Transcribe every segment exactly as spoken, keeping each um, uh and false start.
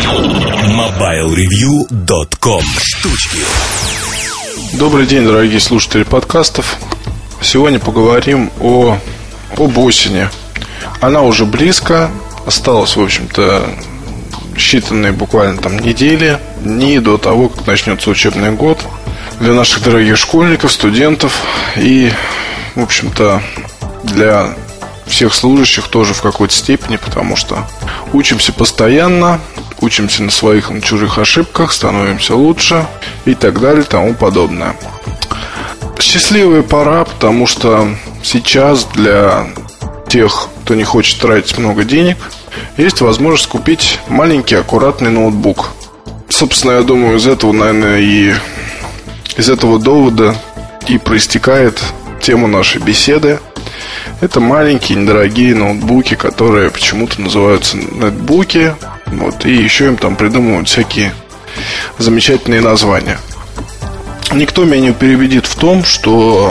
мобайл ревью точка ком. Штучки. Добрый день, дорогие слушатели подкастов. Сегодня поговорим о, об осени. Она уже близко. Осталось, в общем-то, считанные буквально там недели, дни до того, как начнется учебный год для наших дорогих школьников, студентов и, в общем-то, для всех служащих тоже в какой-то степени, потому что учимся постоянно, учимся на своих, на чужих ошибках, становимся лучше и так далее, тому подобное. Счастливая пора, потому что сейчас для тех, кто не хочет тратить много денег, есть возможность купить маленький аккуратный ноутбук. Собственно, я думаю, из этого, наверное, и из этого довода и проистекает тема нашей беседы. Это маленькие, недорогие ноутбуки, которые почему-то называются нетбуки. Вот, и еще им там придумывают всякие замечательные названия. Никто меня не переубедит в том, что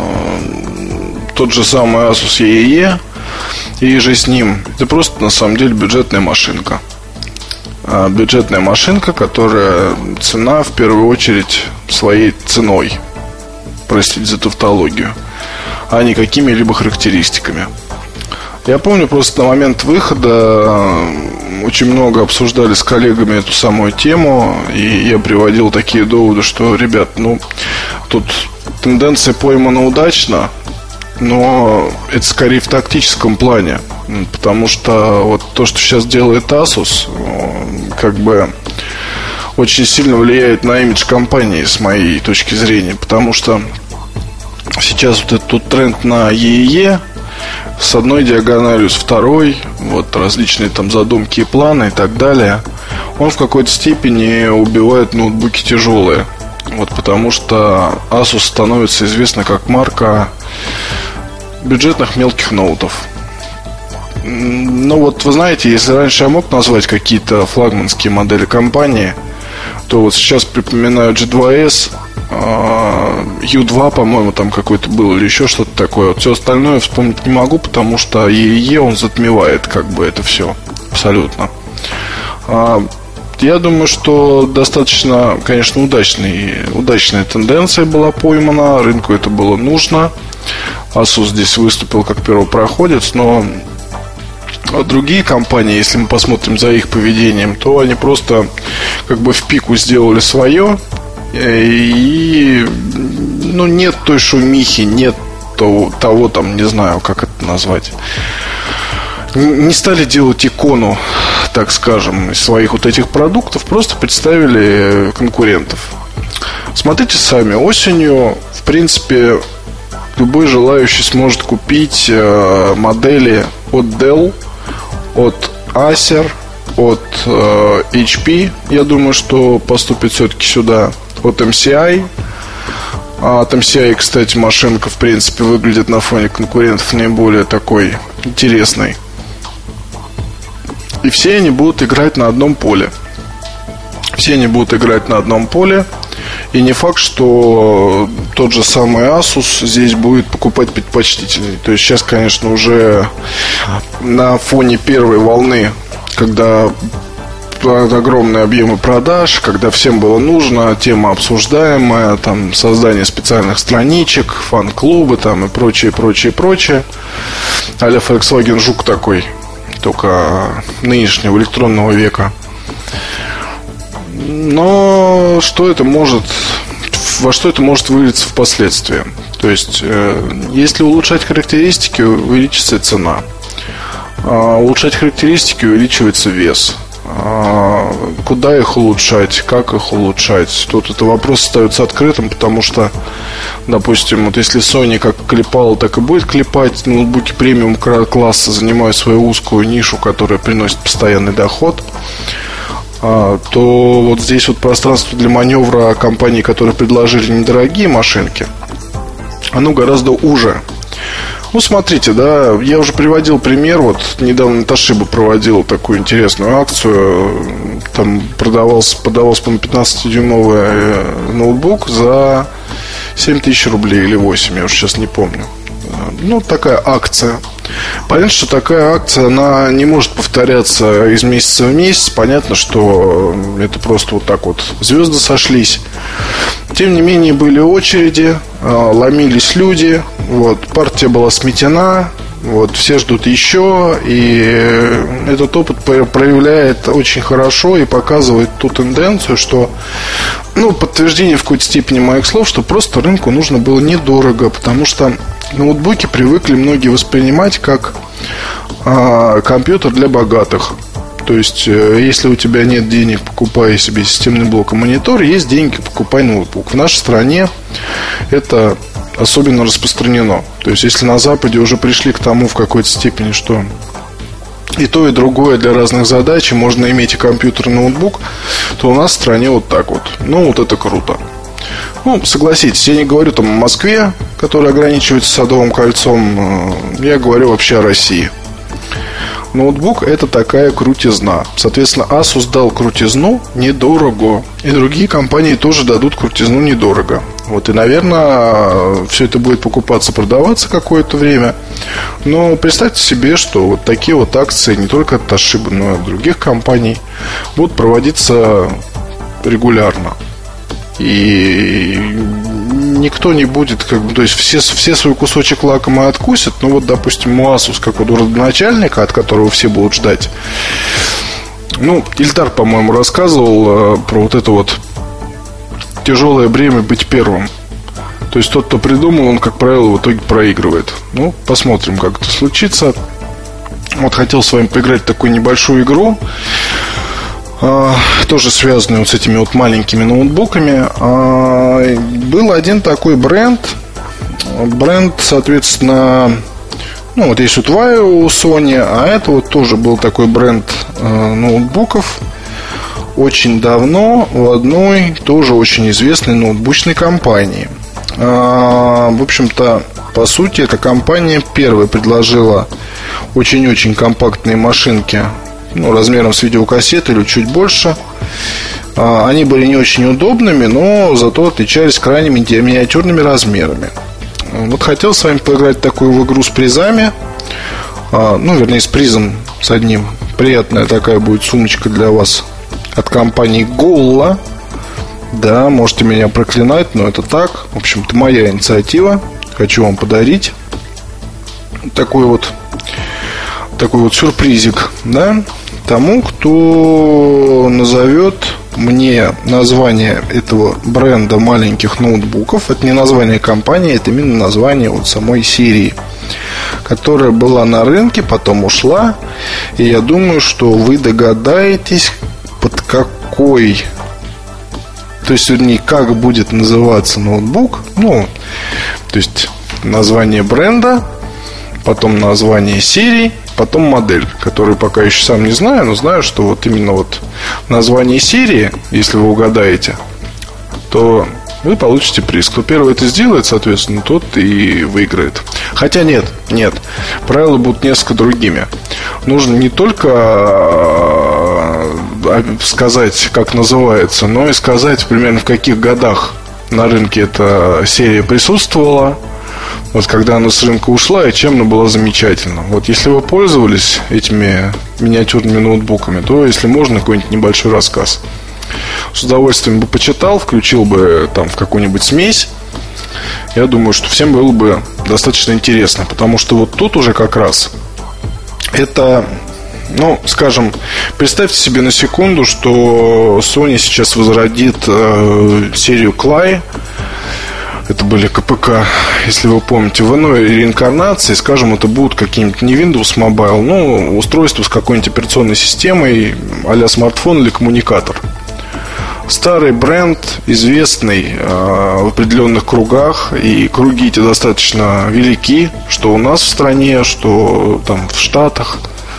э, тот же самый Asus и и и и же с ним это просто на самом деле бюджетная машинка. а, Бюджетная машинка, которая цена в первую очередь своей ценой, простите за тавтологию, а не какими-либо характеристиками. Я помню, просто на момент выхода очень много обсуждали с коллегами эту самую тему, и я приводил такие доводы, что, ребят, ну, тут тенденция поймана удачно, но это скорее в тактическом плане, потому что вот то, что сейчас делает Asus, как бы очень сильно влияет на имидж компании, с моей точки зрения, потому что сейчас вот этот тут тренд на и и и с одной диагональю, с второй, вот различные там задумки и планы и так далее, он в какой-то степени убивает ноутбуки тяжелые. Вот потому что Asus становится известна как марка бюджетных мелких ноутов. Ну вот вы знаете, если раньше я мог назвать какие-то флагманские модели компании, то вот сейчас припоминаю джи два эс, ю два, по-моему, там какой-то был, или еще что-то такое. Вот все остальное вспомнить не могу, потому что и и и он затмевает как бы это все абсолютно. Я думаю, что достаточно, конечно, удачный, удачная тенденция была поймана. Рынку это было нужно. Asus здесь выступил как первопроходец, но другие компании, если мы посмотрим за их поведением, то они просто как бы в пику сделали свое. И ну, нет той шумихи, нет того, того там, не знаю, как это назвать. Не стали делать икону, так скажем, из своих вот этих продуктов, просто представили конкурентов. Смотрите сами, осенью, в принципе, любой желающий сможет купить модели от Dell, от Acer, от эйч пи. Я думаю, что поступит все-таки сюда. От эм си ай. От эм си ай, кстати, машинка, в принципе, выглядит на фоне конкурентов наиболее такой интересной. И все они будут играть на одном поле. Все они будут играть на одном поле. И не факт, что тот же самый Asus здесь будет покупать предпочтительней. То есть сейчас, конечно, уже на фоне первой волны, когда огромные объемы продаж, когда всем было нужно, тема обсуждаемая, там создание специальных страничек, фан-клубы там и прочее, прочее, прочее, а-ля Volkswagen Жук такой, только нынешнего электронного века. Но что это может, во что это может вылиться впоследствии? То есть, если улучшать характеристики, увеличится цена. А улучшать характеристики, увеличивается вес. Куда их улучшать, как их улучшать? Тут этот вопрос остается открытым, потому что, допустим, вот если Sony как клепала, так и будет клепать, ноутбуки премиум класса занимают свою узкую нишу, которая приносит постоянный доход, то вот здесь вот пространство для маневра компаний, которые предложили недорогие машинки, оно гораздо уже. Ну, смотрите, да, я уже приводил пример. Вот недавно Toshiba проводил такую интересную акцию. Там продавался, продавался, по-моему, пятнадцатидюймовый ноутбук за семь тысяч рублей или восемь, я уже сейчас не помню. Ну, такая акция. Понятно, что такая акция, она не может повторяться из месяца в месяц. Понятно, что это просто вот так вот звезды сошлись. Тем не менее, были очереди, ломились люди. Вот, партия была сметена. Вот, все ждут еще. И этот опыт проявляет очень хорошо и показывает ту тенденцию, что, ну, подтверждение в какой-то степени моих слов, что просто рынку нужно было недорого. Потому что ноутбуки привыкли многие воспринимать как а, компьютер для богатых. То есть, если у тебя нет денег, покупай себе системный блок и монитор. Есть деньги, покупай ноутбук. В нашей стране это особенно распространено. То есть, если на Западе уже пришли к тому в какой-то степени, что и то, и другое для разных задач, и можно иметь и компьютер, и ноутбук, то у нас в стране вот так вот. Ну, вот это круто. Ну, согласитесь, я не говорю там о Москве, которая ограничивается Садовым кольцом. Я говорю вообще о России. Ноутбук – это такая крутизна. Соответственно, Asus дал крутизну недорого. И другие компании тоже дадут крутизну недорого. Вот, и, наверное, все это будет покупаться, продаваться какое-то время. Но представьте себе, что вот такие вот акции не только от Toshiba, но и от других компаний будут проводиться регулярно. И никто не будет, как бы, то есть все, все свой кусочек лакома откусят. Ну вот, допустим, у Asus, как у родоначальника, от которого все будут ждать. Ну, Ильдар, по-моему, рассказывал э, про вот это вот тяжелое бремя быть первым. То есть тот, кто придумал, он, как правило, в итоге проигрывает. Ну, посмотрим, как это случится. Вот хотел с вами поиграть в такую небольшую игру, тоже связанную вот с этими вот маленькими ноутбуками. Был один такой бренд. Бренд, соответственно, ну вот есть вот Vaio у Sony, а это вот тоже был такой бренд ноутбуков очень давно у одной тоже очень известной ноутбучной компании. В общем-то, по сути, эта компания первая предложила очень-очень компактные машинки, ну, размером с видеокассеты или чуть больше. Они были не очень удобными, но зато отличались крайне миниатюрными размерами. Вот хотел с вами поиграть в такую игру с призами. Ну, вернее, с призом с одним. Приятная такая будет сумочка для вас от компании Golla. Да, можете меня проклинать, но это так. В общем-то, моя инициатива. Хочу вам подарить такой вот Такой вот сюрпризик, да, тому, кто назовет мне название этого бренда маленьких ноутбуков. Это не название компании, это именно название вот самой серии, которая была на рынке, потом ушла. И я думаю, что вы догадаетесь, под какой, то есть, вернее, как будет называться ноутбук. Ну, то есть название бренда, потом название серии, потом модель, которую пока еще сам не знаю, но знаю, что вот именно вот название серии, если вы угадаете, то вы получите приз. Кто первый это сделает, соответственно, тот и выиграет. Хотя нет, нет, правила будут несколько другими. Нужно не только сказать, как называется, но и сказать примерно в каких годах на рынке эта серия присутствовала. Вот когда она с рынка ушла и чем она была замечательна. Вот если вы пользовались этими миниатюрными ноутбуками, то, если можно, какой-нибудь небольшой рассказ. С удовольствием бы почитал, включил бы там в какую-нибудь смесь. Я думаю, что всем было бы достаточно интересно. Потому что вот тут уже как раз это, ну, скажем, представьте себе на секунду, что Sony сейчас возродит э, серию Клай. Это были КПК, если вы помните, в иной реинкарнации. Скажем, это будут какие-нибудь не Windows Mobile, но устройство с какой-нибудь операционной системой, а-ля смартфон или коммуникатор. Старый бренд, известный э, в определенных кругах. И круги эти достаточно велики, что у нас в стране, что там в Штатах,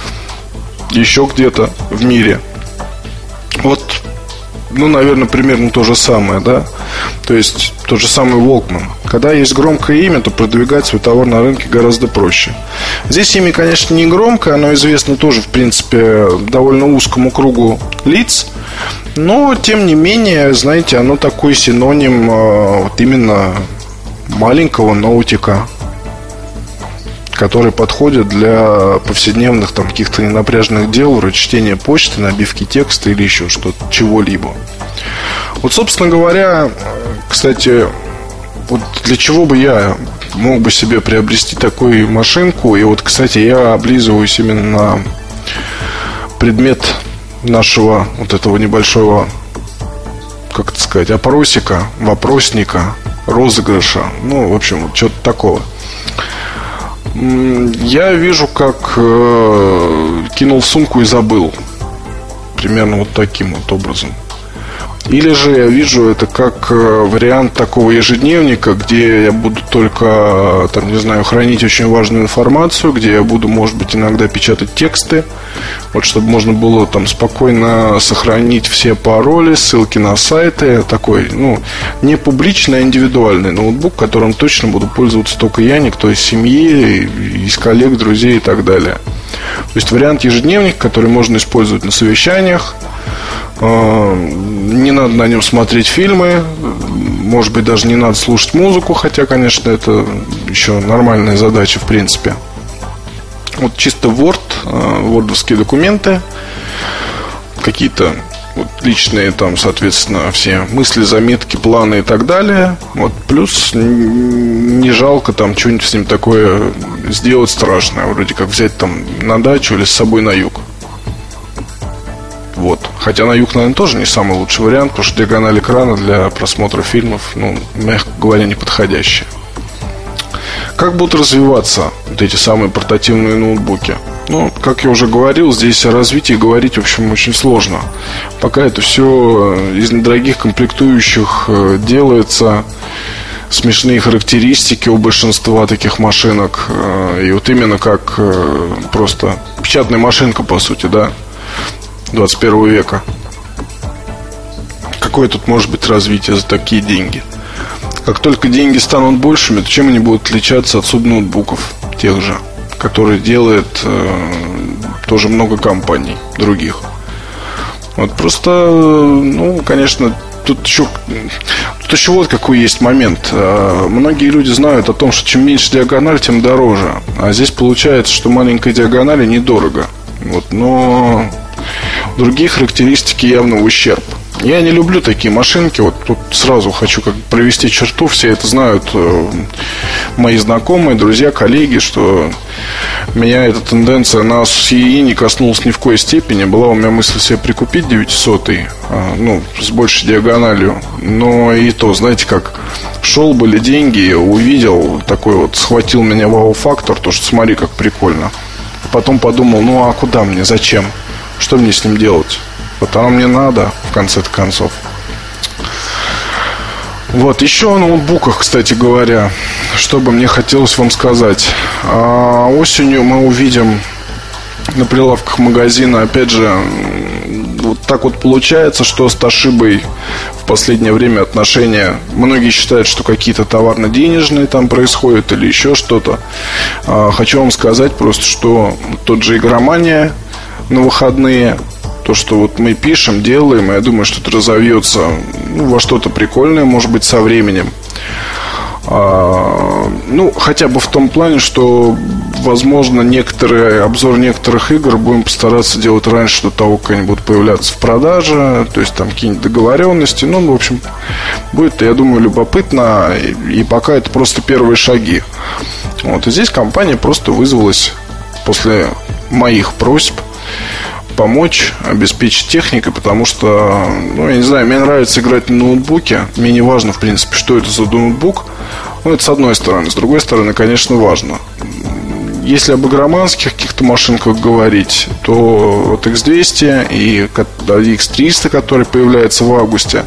еще где-то в мире. Вот, ну, наверное, примерно то же самое, да. То есть тот же самый Walkman. Когда есть громкое имя, то продвигать свой товар на рынке гораздо проще. Здесь имя, конечно, не громкое. Оно известно тоже, в принципе, довольно узкому кругу лиц. Но, тем не менее, знаете, оно такой синоним э, вот именно маленького ноутика. которые подходят для повседневных там каких-то ненапряженных дел, вроде чтения почты, набивки текста или еще что-то, чего-либо. Вот, собственно говоря, кстати, вот для чего бы я мог бы себе приобрести такую машинку. И вот, кстати, я облизываюсь именно на предмет нашего вот этого небольшого, как это сказать, опросика, вопросника, розыгрыша. Ну, в общем, вот что-то такого. Я вижу, как э, кинул в сумку и забыл. Примерно вот таким вот образом. Или же я вижу это как вариант такого ежедневника, где я буду только, там, не знаю, хранить очень важную информацию, где я буду, может быть, иногда печатать тексты, вот, чтобы можно было там спокойно сохранить все пароли, ссылки на сайты. Такой, ну, не публичный, а индивидуальный ноутбук, которым точно буду пользоваться только я, никто из семьи, из коллег, друзей и так далее. То есть вариант ежедневник, который можно использовать на совещаниях. Не надо на нем смотреть фильмы, может быть, даже не надо слушать музыку, хотя, конечно, это еще нормальная задача, в принципе. Вот чисто Word, вордовские документы, какие-то вот личные там, соответственно, все мысли, заметки, планы и так далее. Вот, плюс не жалко там что-нибудь с ним такое сделать страшное, вроде как взять там на дачу или с собой на юг. Вот. Хотя на юг, наверное, тоже не самый лучший вариант, потому что диагональ экрана для просмотра фильмов, ну, мягко говоря, не подходящая. Как будут развиваться вот эти самые портативные ноутбуки? Ну, как я уже говорил, здесь о развитии говорить, в общем, очень сложно. Пока это все из недорогих комплектующих делается, смешные характеристики у большинства таких машинок. И вот именно как просто печатная машинка, по сути, да, двадцать первого века. Какое тут может быть развитие за такие деньги? Как только деньги станут большими, то чем они будут отличаться от субноутбуков тех же, которые делает э, тоже много компаний других. Вот просто, ну, конечно, тут еще, тут еще вот какой есть момент. Многие люди знают о том, что чем меньше диагональ, тем дороже. А здесь получается, что маленькой диагонали недорого. Вот, но другие характеристики явно в ущерб. Я не люблю такие машинки. Вот тут сразу хочу как провести черту. Все это знают, э, мои знакомые, друзья, коллеги, что меня эта тенденция на Asus и и не коснулась ни в коей степени. Была у меня мысль себе прикупить девятисотый, э, ну, с большей диагональю. Но и то, знаете, как шел, были деньги, увидел, такой вот схватил меня вау-фактор, то, что смотри, как прикольно. Потом подумал, ну а куда мне, зачем? Что мне с ним делать? Вот оно мне надо, в конце-то концов. Вот, еще о ноутбуках, кстати говоря, что бы мне хотелось вам сказать. а, Осенью мы увидим на прилавках магазина, опять же, вот так вот получается, что с Toshiba в последнее время отношения, многие считают, что какие-то товарно-денежные там происходят или еще что-то. а, Хочу вам сказать просто, что тот же Игромания на выходные, то, что вот мы пишем, делаем, я думаю, что это разовьется, ну, во что-то прикольное, может быть, со временем. а, Ну, хотя бы в том плане, что, возможно, некоторые, обзор некоторых игр будем постараться делать раньше до того, как они будут появляться в продаже. То есть там какие-нибудь договоренности. Ну, в общем, будет, я думаю, любопытно. И, и пока это просто первые шаги. Вот, и здесь компания просто вызвалась после моих просьб помочь, обеспечить техникой, потому что, ну, я не знаю, мне нравится играть на ноутбуке. Мне не важно, в принципе, что это за ноутбук. Ну, это с одной стороны. С другой стороны, конечно, важно. Если об игроманских каких-то машинках говорить, то вот икс двести и икс триста, который появляется в августе,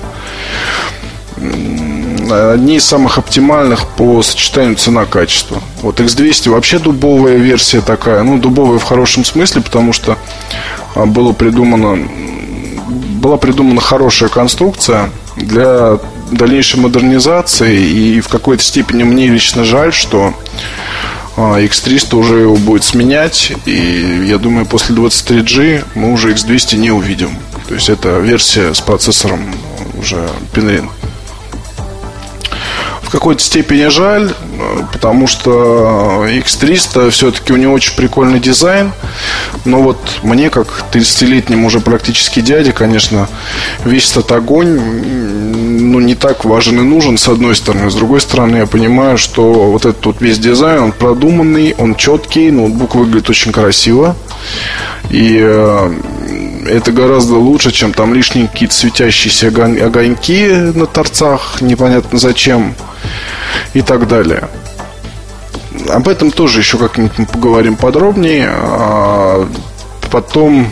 одни из самых оптимальных по сочетанию цена-качество. Вот икс двести вообще дубовая версия такая. Ну, дубовая в хорошем смысле, потому что было придумано, была придумана хорошая конструкция для дальнейшей модернизации. И в какой-то степени мне лично жаль, что икс триста уже его будет сменять. И я думаю, после двадцать три джи мы уже икс двести не увидим. То есть это версия с процессором уже Penryn. в какой-то степени жаль, потому что икс триста все-таки у него очень прикольный дизайн. Но вот мне, как тридцатилетнему уже практически дяде, конечно, весь этот огонь, ну, не так важен и нужен, с одной стороны. С другой стороны, я понимаю, что вот этот вот весь дизайн, он продуманный, он четкий, ноутбук выглядит очень красиво. И э, это гораздо лучше, чем там лишние какие-то светящиеся огоньки на торцах, непонятно зачем, и так далее. Об этом тоже еще как-нибудь мы поговорим подробнее. А потом,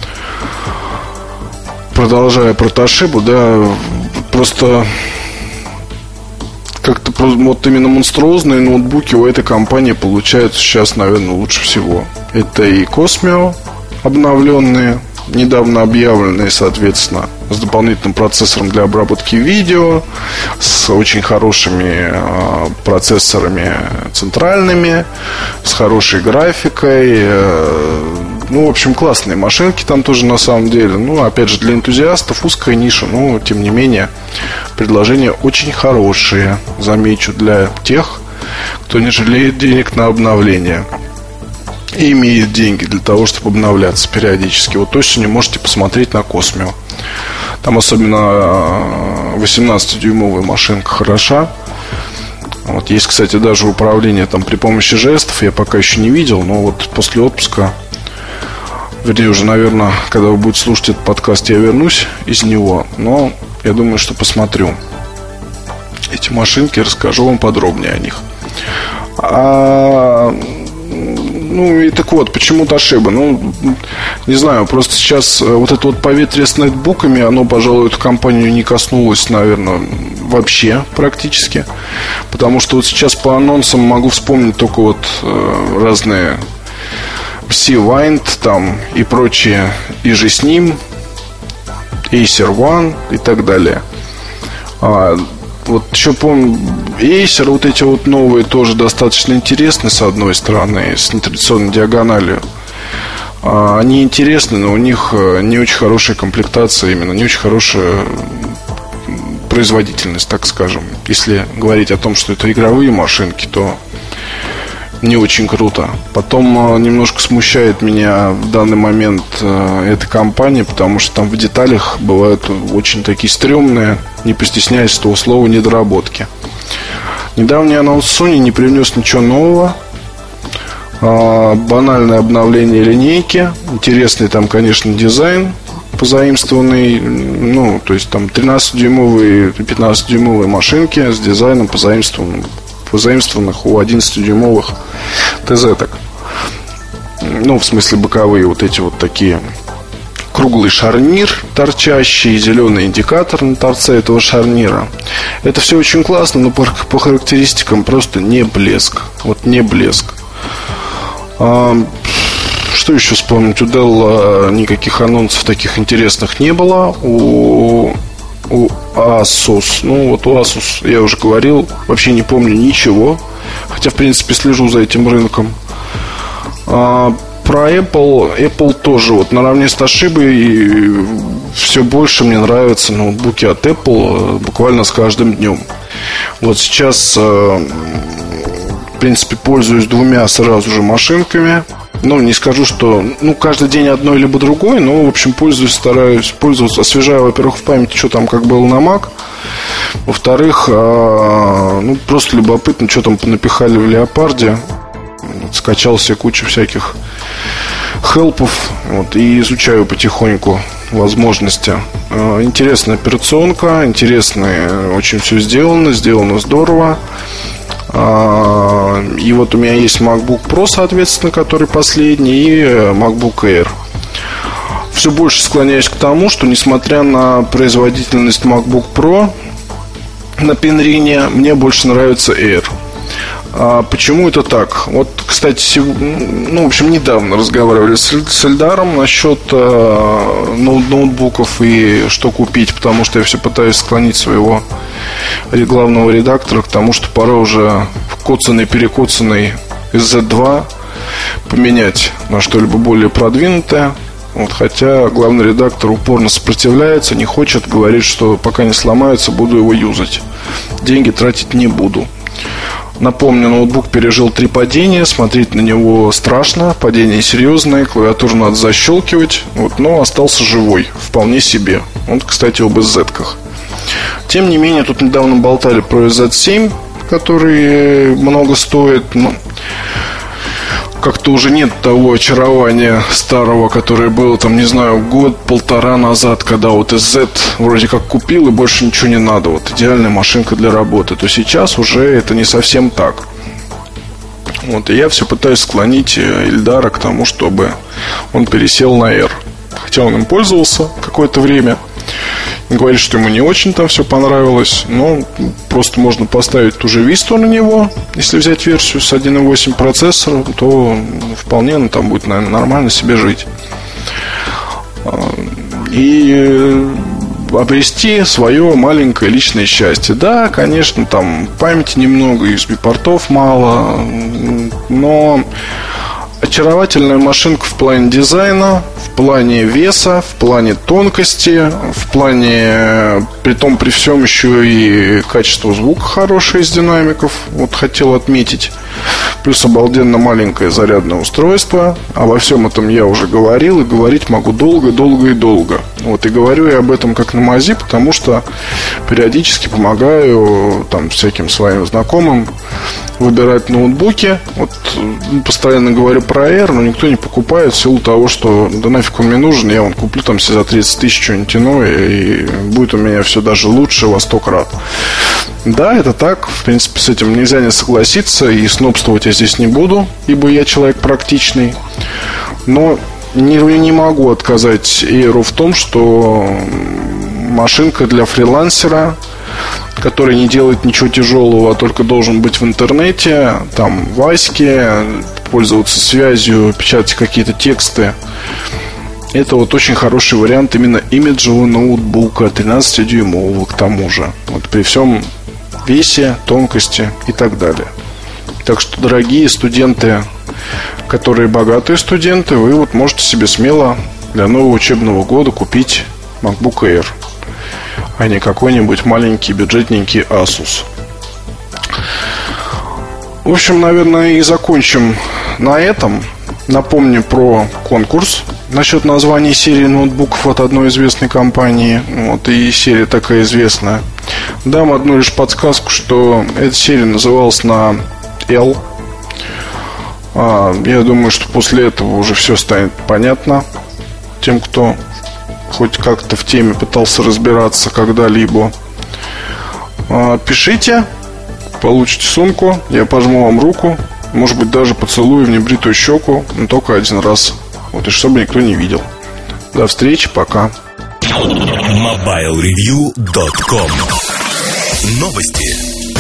продолжая про Toshiba, да, просто как-то вот именно монструозные ноутбуки у этой компании получаются сейчас, наверное, лучше всего. Это и Cosmio обновленные, недавно объявленные, соответственно, с дополнительным процессором для обработки видео, с очень хорошими э, процессорами центральными, с хорошей графикой. Э, ну, в общем, классные машинки там тоже на самом деле. Ну, опять же, для энтузиастов узкая ниша, но, тем не менее, предложения очень хорошие, замечу, для тех, кто не жалеет денег на обновление и имеет деньги для того, чтобы обновляться периодически. Вот осенью можете посмотреть на Cosmio. Там особенно восемнадцатидюймовая машинка хороша. Вот есть, кстати, даже управление там при помощи жестов. Я пока еще не видел, но вот после отпуска, вернее, уже, наверное, когда вы будете слушать этот подкаст, я вернусь из него. Но я думаю, что посмотрю эти машинки, расскажу вам подробнее о них. А... Ну и так вот, почему Toshiba? Ну, не знаю, просто сейчас вот это вот поветрие с нетбуками, оно, пожалуй, эту компанию не коснулось, наверное, вообще практически. Потому что вот сейчас по анонсам могу вспомнить только вот э, разные Psywind там и прочие, и же с ним, Acer One и так далее. А, вот еще помню, Acer, вот эти вот новые тоже достаточно интересны, с одной стороны, с нетрадиционной диагональю. а, Они интересны, но у них не очень хорошая комплектация, именно не очень хорошая производительность, так скажем. Если говорить о том, что это игровые машинки, то не очень круто. Потом немножко смущает меня в данный момент эта компания, потому что там в деталях бывают очень такие стрёмные, не постесняясь этого слова, недоработки. Недавний анонс Sony не принес ничего нового. Банальное обновление линейки. Интересный там, конечно, дизайн позаимствованный. Ну, то есть там тринадцатидюймовые и пятнадцатидюймовые машинки с дизайном позаимствованным позаимствованных у одиннадцатидюймовых ТЗ-так. Ну, в смысле боковые вот эти вот такие. Круглый шарнир торчащий, зеленый индикатор на торце этого шарнира. Это все очень классно, но по, по характеристикам просто не блеск. Вот не блеск. а, Что еще вспомнить? У Dell никаких анонсов таких интересных не было. У У Asus, ну вот у Asus, я уже говорил, вообще не помню ничего. Хотя, в принципе, слежу за этим рынком. а, Про Apple, Apple тоже вот наравне с Toshiba все больше мне нравятся ноутбуки от Apple буквально с каждым днем. Вот сейчас, в принципе, пользуюсь двумя сразу же машинками. Ну, не скажу, что ну, каждый день одной либо другой, но, в общем, пользуюсь, стараюсь пользоваться. Освежаю, во-первых, в памяти, что там как было на Mac. Во-вторых, а, ну, просто любопытно, что там понапихали в Леопарде. Скачал себе кучу всяких хелпов, вот, и изучаю потихоньку возможности. а, Интересная операционка, интересно, очень все сделано, сделано здорово. И вот у меня есть MacBook Pro, соответственно, который последний, и MacBook Air. Все больше склоняюсь к тому, что, несмотря на производительность MacBook Pro на пенрине, мне больше нравится Air. А почему это так? Вот, кстати, ну, в общем, недавно разговаривали с, с Эльдаром насчет э, ноутбуков и что купить, потому что я все пытаюсь склонить своего главного редактора к тому, что пора уже коцанный-перекоцанный эс зет два поменять на что-либо более продвинутое. Вот, хотя главный редактор упорно сопротивляется, не хочет, говорит, что пока не сломается, буду его юзать. Деньги тратить не буду. Напомню, ноутбук пережил три падения. Смотреть на него страшно. Падение серьезное, клавиатуру надо защелкивать, вот, но остался живой, вполне себе. Вот, кстати, об эс зет-ках. Тем не менее, тут недавно болтали про эс зет семь, который много стоит. Но как-то уже нет того очарования старого, которое было, там, не знаю, год-полтора назад, когда вот эс зет вроде как купил и больше ничего не надо. Вот идеальная машинка для работы. То сейчас уже это не совсем так. Вот, и я все пытаюсь склонить Ильдара к тому, чтобы он пересел на R. Хотя он им пользовался какое-то время. Говорит, что ему не очень там все понравилось. Но просто можно поставить ту же Висту на него. Если взять версию с один и восемь процессором, то вполне он там будет, наверное, нормально себе жить. И обрести свое маленькое личное счастье. Да, конечно, там памяти немного, ю эс би-портов мало, но очаровательная машинка в плане дизайна, в плане веса, в плане тонкости, в плане, при том, при всем еще и качество звука хорошее из динамиков. Вот хотел отметить. Плюс обалденно маленькое зарядное устройство. Обо всем этом я уже говорил, и говорить могу долго, долго и долго. Вот, и говорю я об этом как на мази, потому что периодически помогаю там всяким своим знакомым выбирать ноутбуки. Вот, постоянно говорю про R, но никто не покупает в силу того, что да нафиг он мне нужен, я вон куплю там себе за тридцать тысяч что-нибудь иное, и будет у меня все даже лучше во сто крат. Да, это так. В принципе, с этим нельзя не согласиться. И снобствовать я здесь не буду, ибо я человек практичный. Но не, не могу отказать Air в том, что машинка для фрилансера, который не делает ничего тяжелого, а только должен быть в интернете, там в Аське, пользоваться связью, печатать какие-то тексты. Это вот очень хороший вариант именно имиджевого ноутбука тринадцатидюймового, к тому же. Вот при всем весе, тонкости и так далее. Так что, дорогие студенты, которые богатые студенты, вы вот можете себе смело для нового учебного года купить MacBook Air, а не какой-нибудь маленький бюджетненький Asus. В общем, наверное, и закончим на этом. Напомню про конкурс насчет названия серии ноутбуков от одной известной компании. Вот, и серия такая известная. Дам одну лишь подсказку, что эта серия называлась на L. а, Я думаю, что после этого уже все станет понятно тем, кто хоть как-то в теме пытался разбираться когда-либо. а, Пишите, получите сумку, я пожму вам руку, может быть, даже поцелую в небритую щеку, но только один раз. Вот, и чтобы никто не видел. До встречи, пока. мобайл ревью точка ком. Новости.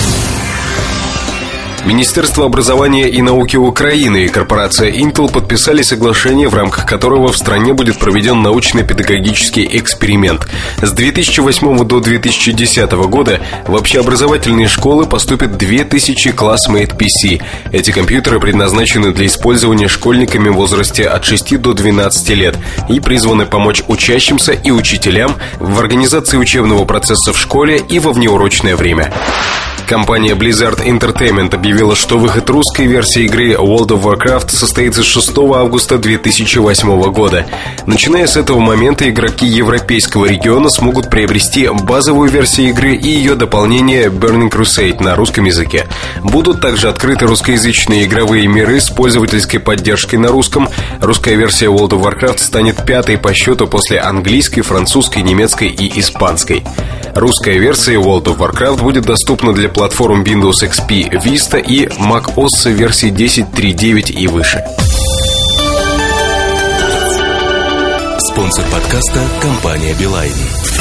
Министерство образования и науки Украины и корпорация Intel подписали соглашение, в рамках которого в стране будет проведен научно-педагогический эксперимент. С две тысячи восьмого до две тысячи десятого года в общеобразовательные школы поступит две тысячи ClassMate пи си. Эти компьютеры предназначены для использования школьниками в возрасте от шести до двенадцати лет и призваны помочь учащимся и учителям в организации учебного процесса в школе и во внеурочное время. Компания Blizzard Entertainment объявила, что выход русской версии игры World of Warcraft состоится шестого августа две тысячи восьмого года. Начиная с этого момента игроки европейского региона смогут приобрести базовую версию игры и ее дополнение Burning Crusade на русском языке. Будут также открыты русскоязычные игровые миры с пользовательской поддержкой на русском. Русская версия World of Warcraft станет пятой по счету после английской, французской, немецкой и испанской. Русская версия World of Warcraft будет доступна для платформ Windows икс пи Vista и macOS версии десять точка три точка девять и выше. Спонсор подкаста — компания Билайн.